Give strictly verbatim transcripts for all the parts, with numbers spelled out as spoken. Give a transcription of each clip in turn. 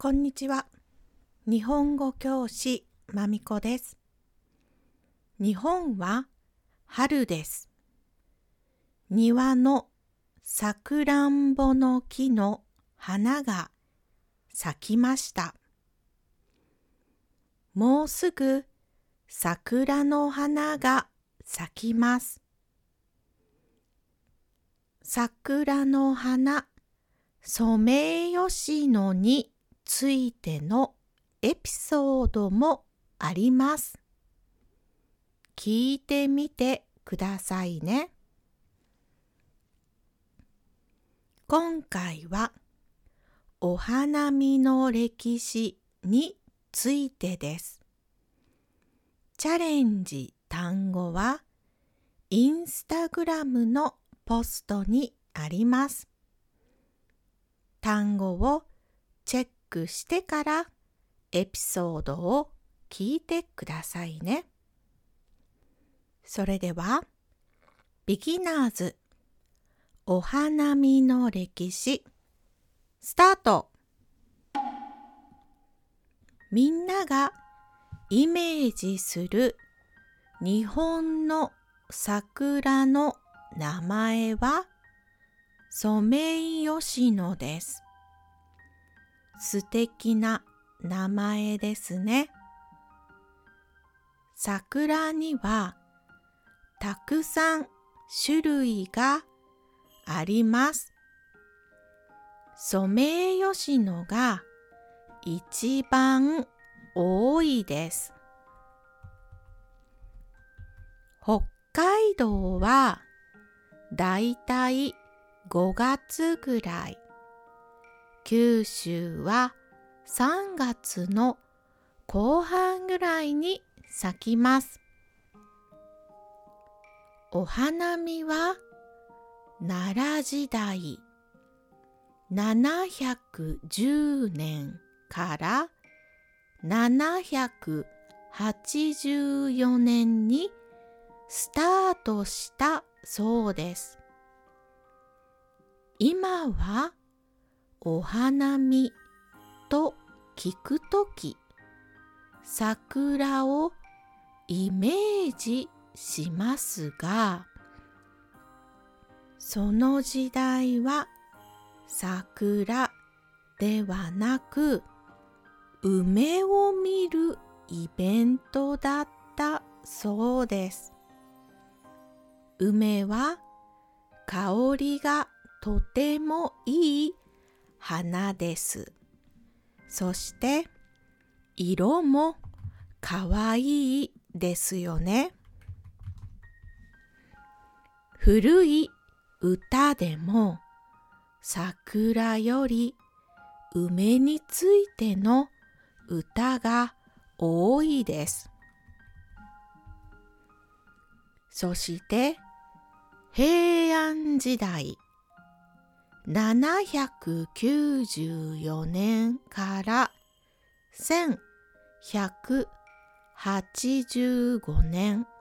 こんにちは。日本語教師まみこです。日本は春です。庭のさくらんぼの木の花が咲きました。もうすぐ桜の花が咲きます。桜の花、ソメイヨシノについてのエピソードもあります。聞いてみてくださいね。今回はお花見の歴史についてです。チャレンジ単語はインスタグラムのポストにあります。単語をチェックしてからエピソードを聞いてくださいね。それでは、ビギナーズお花見の歴史スタート。みんながイメージする日本の桜の名前はソメイヨシノです。素敵な名前ですね。桜にはたくさん種類があります。ソメイヨシノが一番多いです。北海道はだいたいごがつぐらい、九州はさんがつの後半ぐらいに咲きます。お花見は奈良時代ななひゃくじゅうねんからななひゃくはちじゅうよねんにスタートしたそうです。今はお花見と聞くとき、桜をイメージしますが、その時代は桜ではなく、梅を見るイベントだったそうです。梅は香りがとてもいい花です。そして色もかわいいですよね。古い歌でも桜より梅についての歌が多いです。そして平安時代ななひゃくきゅうじゅうよねんからせんひゃくはちじゅうごねん、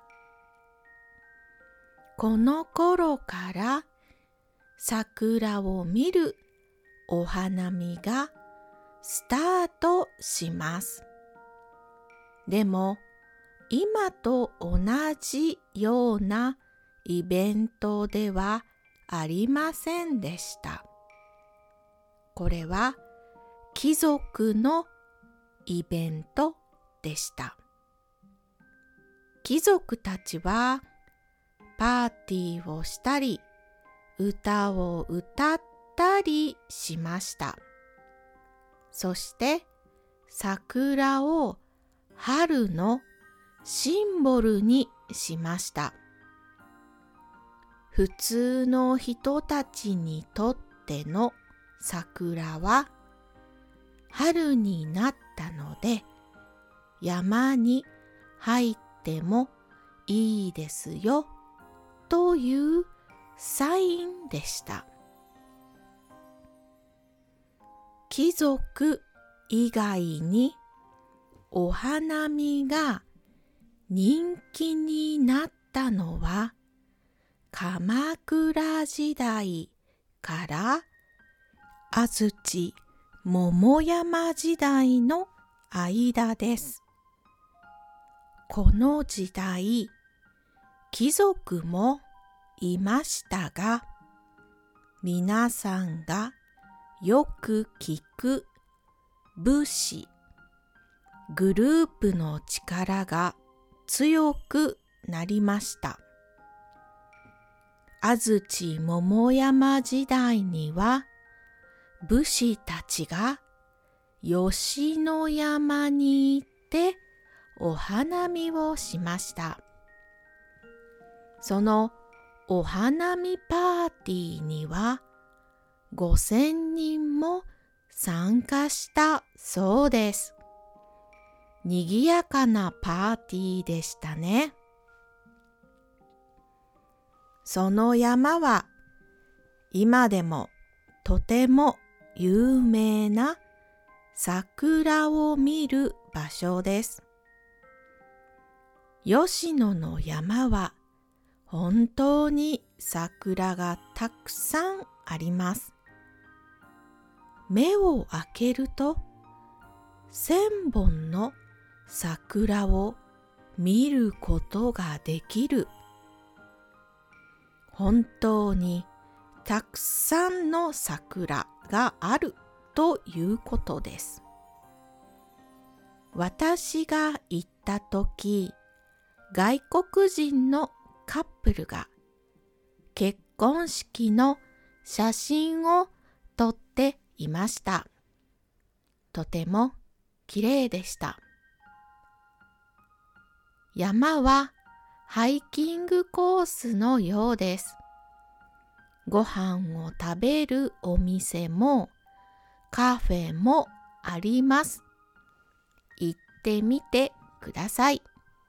この頃から桜を見るお花見がスタートします。でも今と同じようなイベントではありませんでした。これは貴族のイベントでした。貴族たちはパーティーをしたり、歌を歌ったりしました。そして桜を春のシンボルにしました。普通の人たちにとっての桜は春になったので、山に入ってもいいですよというサインでした。貴族以外にお花見が人気になったのは鎌倉時代から安土桃山時代の間です。この時代、貴族もいましたが、皆さんがよく聞く武士、グループの力が強くなりました。安土桃山時代には、武士たちが吉野山に行ってお花見をしました。そのお花見パーティーにはごせんにんも参加したそうです。にぎやかなパーティーでしたね。その山は今でもとても有名な桜を見る場所です。吉野の山は本当に桜がたくさんあります。目を開けると千本の桜を見ることができる。本当にたくさんの桜があるということです。私が行ったとき、外国人のカップルが結婚式の写真を撮っていました。とてもきれいでした。山はハイキングコースのようです。ご飯を食べるお店もカフェもあります。行ってみてください。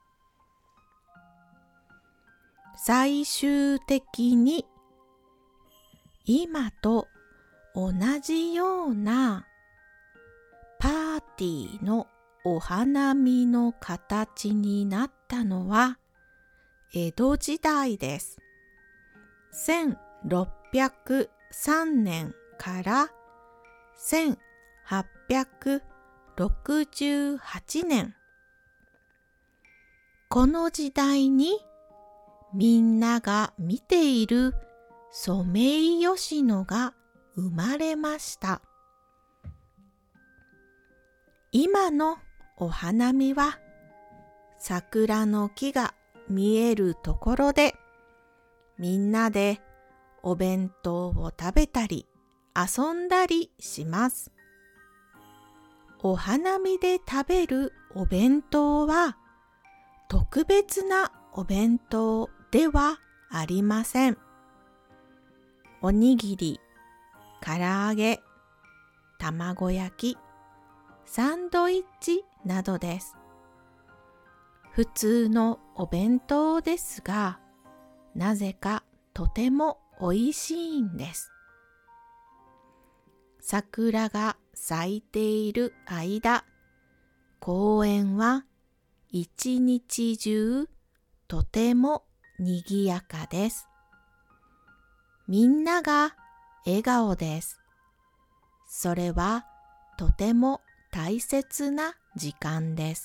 最終的に今と同じようなパーティーのお花見の形になったのは江戸時代です。せんろっぴゃくさんねんからせんはっぴゃくろくじゅうはちねん。この時代にみんなが見ているソメイヨシノが生まれました。今のお花見は桜の木が見えるところでみんなでお弁当を食べたり遊んだりします。お花見で食べるお弁当は特別なお弁当ではありません。おにぎり、唐揚げ、卵焼き、サンドイッチなどです。普通のお弁当ですが、なぜかとてもおいしいんです。桜が咲いている間、公園は一日中とてもにぎやかです。みんなが笑顔です。それはとても大切な時間です。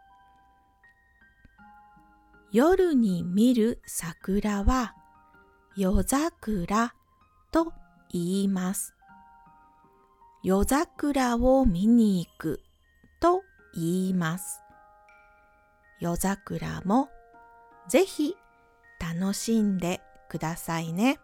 夜に見る桜は夜桜と言います。夜桜を見に行くと言います。夜桜もぜひ楽しんでくださいね。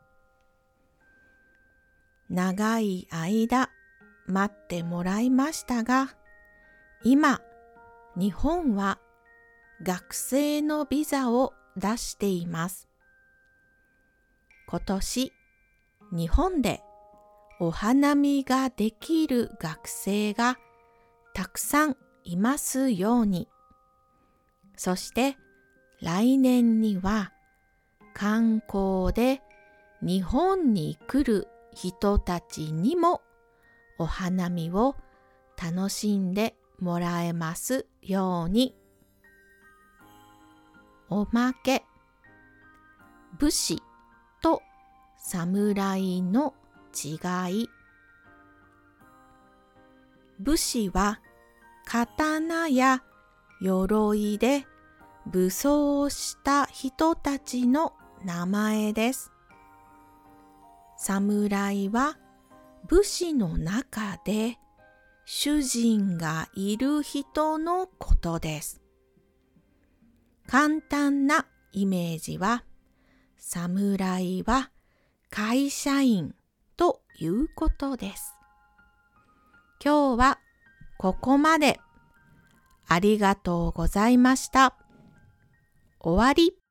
長い間待ってもらいましたが、今日本は学生のビザを出しています。今年日本でお花見ができる学生がたくさんいますように。そして来年には観光で日本に来る人たちにもお花見を楽しんでもらえますように。おまけ、武士と侍の違い。 武士は刀や鎧で武装をした人たちの名前です。侍は武士の中で主人がいる人のことです。簡単なイメージは、侍は会社員ということです。今日はここまで。ありがとうございました。終わり。